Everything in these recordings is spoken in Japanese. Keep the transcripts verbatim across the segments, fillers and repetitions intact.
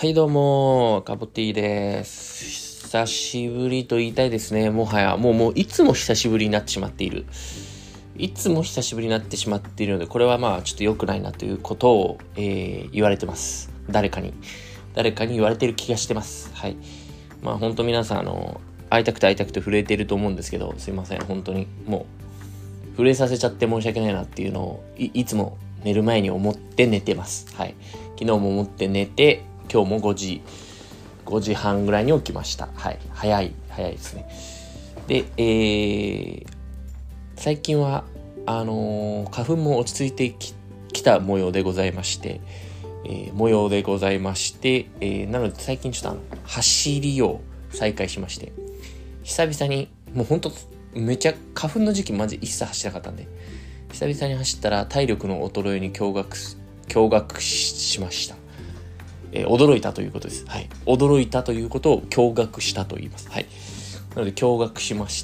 はいどうもカボティです。久しぶりと言いたいですね。もはやもうもういつも久しぶりになってしまっているいつも久しぶりになってしまっているので、これはまあちょっと良くないなということを、えー、言われてます。誰かに誰かに言われてる気がしてます。はい。まあ本当皆さんあの会いたくて会いたくて震えていると思うんですけど、すいません本当にもう震えさせちゃって申し訳ないなっていうのを い, いつも寝る前に思って寝てます。はい。昨日も思って寝て、今日もごじごじはんぐらいに起きました。はい。早い早いですね。で、えー、最近はあのー、花粉も落ち着いてき、きた模様でございまして、えー、模様でございまして、えー、なので最近ちょっとあの走りを再開しまして、久々にもうほんとめちゃ花粉の時期マジ一切走らなかったんで、久々に走ったら体力の衰えに驚愕驚愕しました。えー、驚いたということです。はい。驚いたということを驚愕したと言います。はい。なので驚愕しまして、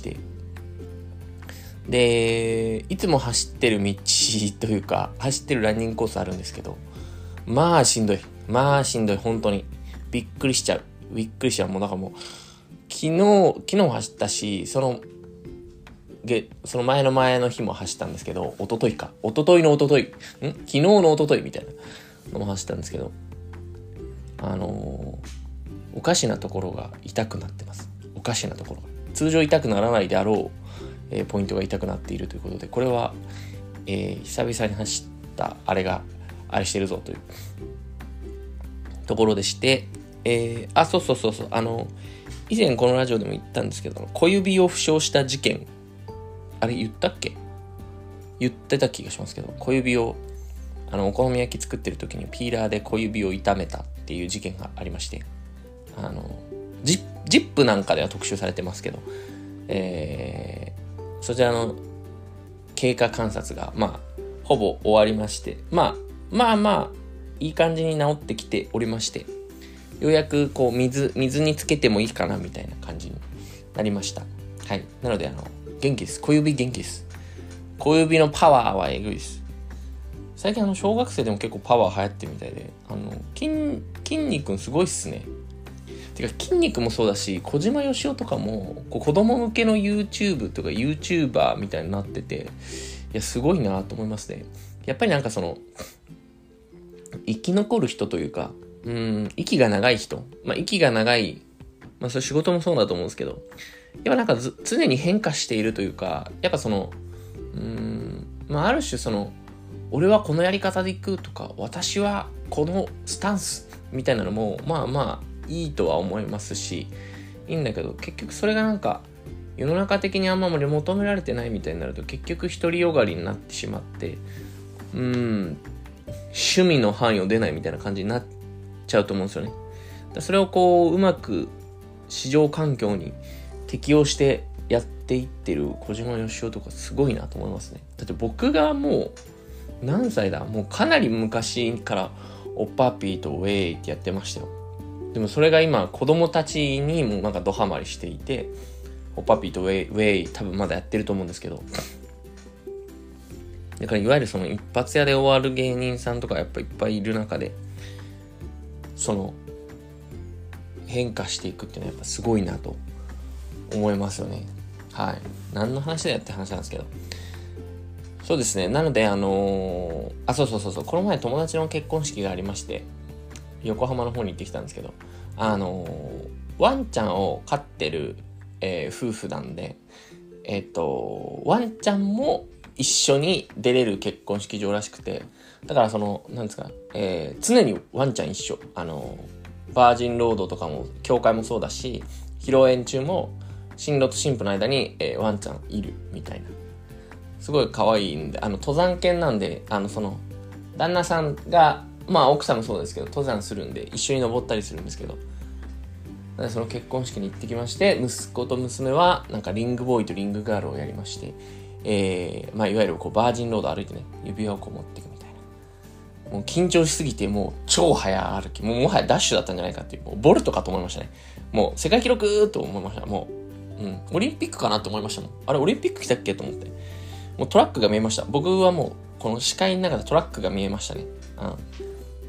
でいつも走ってる道というか走ってるランニングコースあるんですけど、まあしんどいまあしんどい本当にびっくりしちゃうびっくりしちゃうもうだからもう昨日昨日走ったし、そのげその前の前の日も走ったんですけど、一昨日か一昨日の一昨日ん昨日の一昨日みたいなのも走ったんですけど、あのー、おかしなところが痛くなってます。おかしなところが通常痛くならないであろう、えー、ポイントが痛くなっているということで、これは、えー、久々に走ったあれがあれしてるぞというところでして、えー、あそうそうそうそうあの以前このラジオでも言ったんですけど、小指を負傷した事件、あれ言ったっけ言ってた気がしますけど、小指をあのお好み焼き作ってる時にピーラーで小指を痛めたっていう事件がありまして、あのジップなんかでは特集されてますけど、えー、そちらの経過観察がまあほぼ終わりまして、まあまあまあいい感じに治ってきておりまして、ようやくこう水水につけてもいいかなみたいな感じになりました。はい。なのであの元気です。小指元気です。小指のパワーはえぐいです。最近あの小学生でも結構パワー流行ってるみたいで、あの筋筋肉すごいっすね。てか筋肉もそうだし、小島よしおとかもこう子供向けの YouTube とか YouTuber みたいになってて、いやすごいなと思いますね。やっぱりなんかその生き残る人というか、うーん息が長い人、まあ息が長い、まあそれ仕事もそうだと思うんですけど、やっぱなんかず常に変化しているというか、やっぱそのうーんまあある種その俺はこのやり方でいくとか、私はこのスタンスみたいなのもまあまあいいとは思いますし、いいんだけど、結局それがなんか世の中的にあんまり求められてないみたいになると、結局独りよがりになってしまって、うーん趣味の範囲を出ないみたいな感じになっちゃうと思うんですよね。だそれをこううまく市場環境に適応してやっていってる小島よしおとかすごいなと思いますね。だって僕がもう何歳だもうかなり昔からおっぱっぴーとウェイってやってましたよ。でもそれが今子供たちにもなんかドハマりしていて、おっぱっぴーとウェイ、ウェイ多分まだやってると思うんですけど、だからいわゆるその一発屋で終わる芸人さんとかやっぱいっぱいいる中で、その変化していくっていうのはやっぱすごいなと思いますよね。はい。何の話だよって話なんですけど、そうですね。なのであのー、あそうそうそうそうこの前友達の結婚式がありまして、横浜の方に行ってきたんですけど、あのー、ワンちゃんを飼ってる、えー、夫婦なんで、えっとワンちゃんも一緒に出れる結婚式場らしくて、だからそのなんですか、えー、常にワンちゃん一緒、あのー、バージンロードとかも教会もそうだし、披露宴中も新郎と新婦の間に、えー、ワンちゃんいるみたいな、すごい可愛いんで、あの登山犬なんで、あのその旦那さんがまあ奥さんもそうですけど登山するんで一緒に登ったりするんですけど、その結婚式に行ってきまして、息子と娘はなんかリングボーイとリングガールをやりまして、えー、まあいわゆるこうバージンロード歩いてね、指輪をこう持っていくみたいな、もう緊張しすぎてもう超早歩き、もうもはやダッシュだったんじゃないかっていう、もうボルトかと思いましたね。もう世界記録と思いました。もう、うん、オリンピックかなと思いましたもん。あれオリンピック来たっけと思って、もうトラックが見えました。僕はもうこの視界の中でトラックが見えましたね。うん。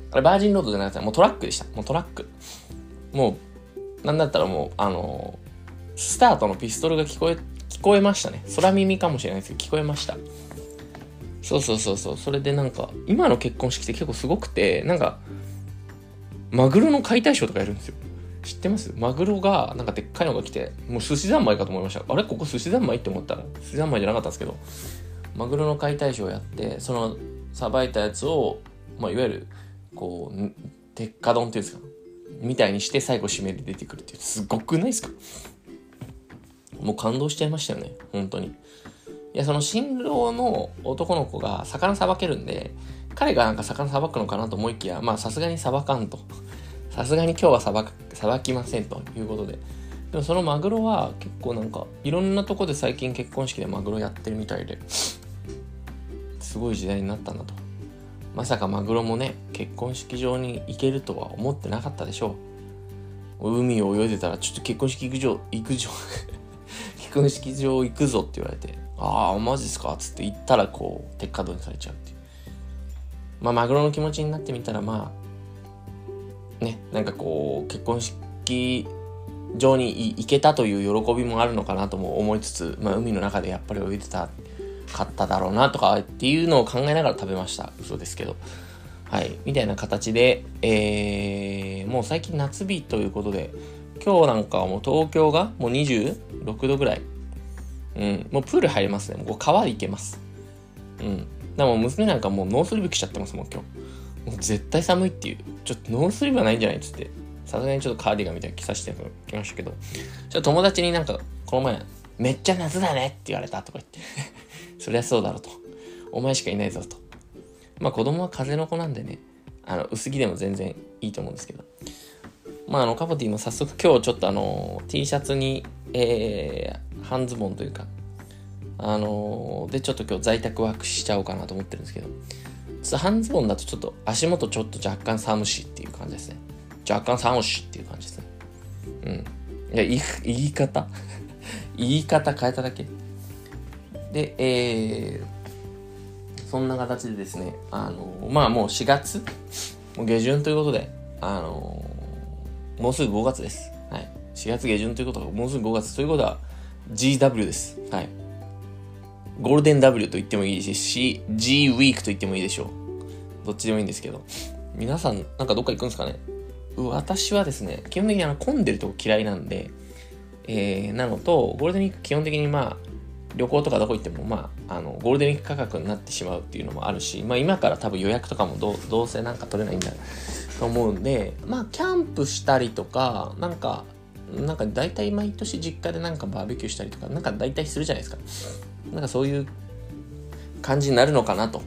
あれバージンロードじゃなくて、もうトラックでした。もうトラック。もう、なんだったらもう、あのー、スタートのピストルが聞こえ、聞こえましたね。空耳かもしれないですけど、聞こえました。そうそうそうそう。それでなんか、今の結婚式って結構すごくて、なんか、マグロの解体ショーとかやるんですよ。知ってます？マグロが、なんかでっかいのが来て、もう寿司三昧かと思いました。あれここ寿司三昧って思ったら、寿司三昧じゃなかったんですけど、マグロの解体ショーをやって、その、さばいたやつを、まあ、いわゆる、こう、鉄火丼っていうんですか、みたいにして最後締めで出てくるっていう、すごくないですか？もう感動しちゃいましたよね、本当に。いや、その新郎の男の子が魚さばけるんで、彼がなんか魚さばくのかなと思いきや、まあさすがにさばかんと。さすがに今日はさばく、さばきませんということで。でもそのマグロは結構なんか、いろんなとこで最近結婚式でマグロやってるみたいで、すごい時代になったんだと。まさかマグロもね、結婚式場に行けるとは思ってなかったでしょう。海を泳いでたら、ちょっと結婚式行くぞ、行くぞ。結婚式場行くぞって言われて、ああ、マジっすかつって言ったら、こう、鉄火丼にされちゃうっていう。まあ、マグロの気持ちになってみたら、まあ、ね、なんかこう、結婚式場に行けたという喜びもあるのかなとも思いつつ、まあ、海の中でやっぱり泳いでたかっただろうなとかっていうのを考えながら食べました。嘘ですけど。はい。みたいな形で、えー、もう最近夏日ということで、今日なんかはもう東京がもうにじゅうろくどぐらい。うん。もうプール入れますね。もう川で行けます。うん。でも娘なんかもうノースリーブ着ちゃってますもん、今日。もう絶対寒いっていう。ちょっとノースリーブはないんじゃないっつって。さすがにちょっとカーディガンみたいに着させてきましたけど。ちょっと友達になんか、この前、めっちゃ夏だねって言われたとか言って。そりゃそうだろうと。お前しかいないぞと。まあ子供は風の子なんでね、あの、薄着でも全然いいと思うんですけど。まああの、カポティも早速今日ちょっとあの、T シャツに、えー、半ズボンというか、あのー、でちょっと今日在宅ワークしちゃおうかなと思ってるんですけど、ちょっと半ズボンだとちょっと足元ちょっと若干寒しっていう感じですね。若干寒しっていう感じですね。うん。いや、言い、言い方言い方変えただけ。で、えー、そんな形でですね、あのー、まあもうしがつもう下旬ということで、あのー、もうすぐごがつです。はい。しがつ下旬ということがもうすぐごがつということは ジーダブリュー です。はい。ゴールデン W と言ってもいいですし、G ウィークと言ってもいいでしょう。どっちでもいいんですけど。皆さん、なんかどっか行くんですかね？私はですね、基本的にあの混んでるとこ嫌いなんで、えー、なのと、ゴールデンウィーク基本的にまあ、旅行とかどこ行ってもまあ、あの、ゴールデンウィーク価格になってしまうっていうのもあるし、まあ今から多分予約とかもどう、どうせなんか取れないんだと思うんで、まあキャンプしたりとか、なんか、なんか大体毎年実家でなんかバーベキューしたりとか、なんか大体するじゃないですか。なんかそういう感じになるのかなと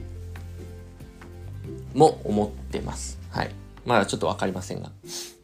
も思ってます。はい。まだちょっとわかりませんが。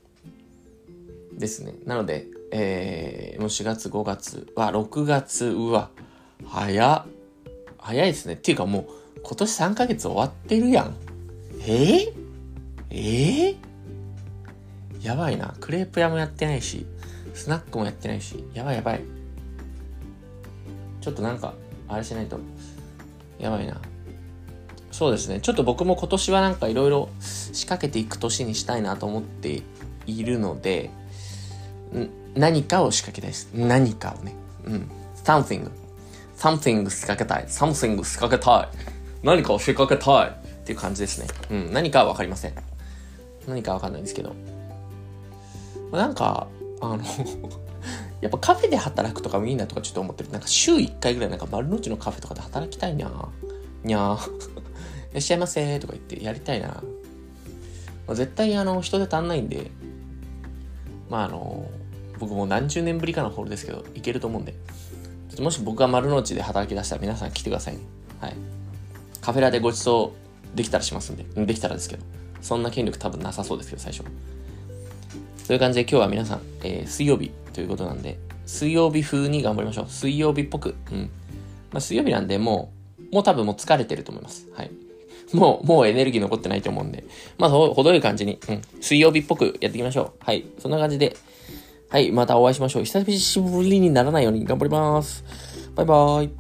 ですね。なので、えー、もうしがつ、ごがつ、わ、ろくがつ、うわ、早っ。早いですね。っていうかもう、今年さんかげつ終わってるやん。えー、えー、やばいな。クレープ屋もやってないし、スナックもやってないし、やばいやばい。ちょっとなんか、あれしないとやばいな。そうですね。ちょっと僕も今年はなんかいろいろ仕掛けていく年にしたいなと思っているので、ん何かを仕掛けたいです。何かをね。うん。something。something 仕掛けたい。something 仕掛けたい。何かを仕掛けたい。っていう感じですね。うん。何かはわかりません。何かわかんないんですけど。なんか、あの、やっぱカフェで働くとかもいいなとかちょっと思ってる。なんか週いっかいぐらいなんか丸の内のカフェとかで働きたいな。にゃー。いらっしゃいませーとか言ってやりたいな。まあ、絶対あの人手足んないんで、まああの、僕も何十年ぶりかのホールですけど、いけると思うんで。ちょっともし僕が丸の内で働き出したら皆さん来てくださいね。はい。カフェラでご馳走できたらしますんで。できたらですけど。そんな権力多分なさそうですけど、最初。そういう感じで今日は皆さん、えー、水曜日ということなんで、水曜日風に頑張りましょう。水曜日っぽく。うん。まあ、水曜日なんで、もう、もう多分もう疲れてると思います。はい。もう、もうエネルギー残ってないと思うんで。まあ、ほどいい感じに、うん。水曜日っぽくやっていきましょう。はい。そんな感じで、はい。またお会いしましょう。久しぶりにならないように頑張ります。バイバーイ。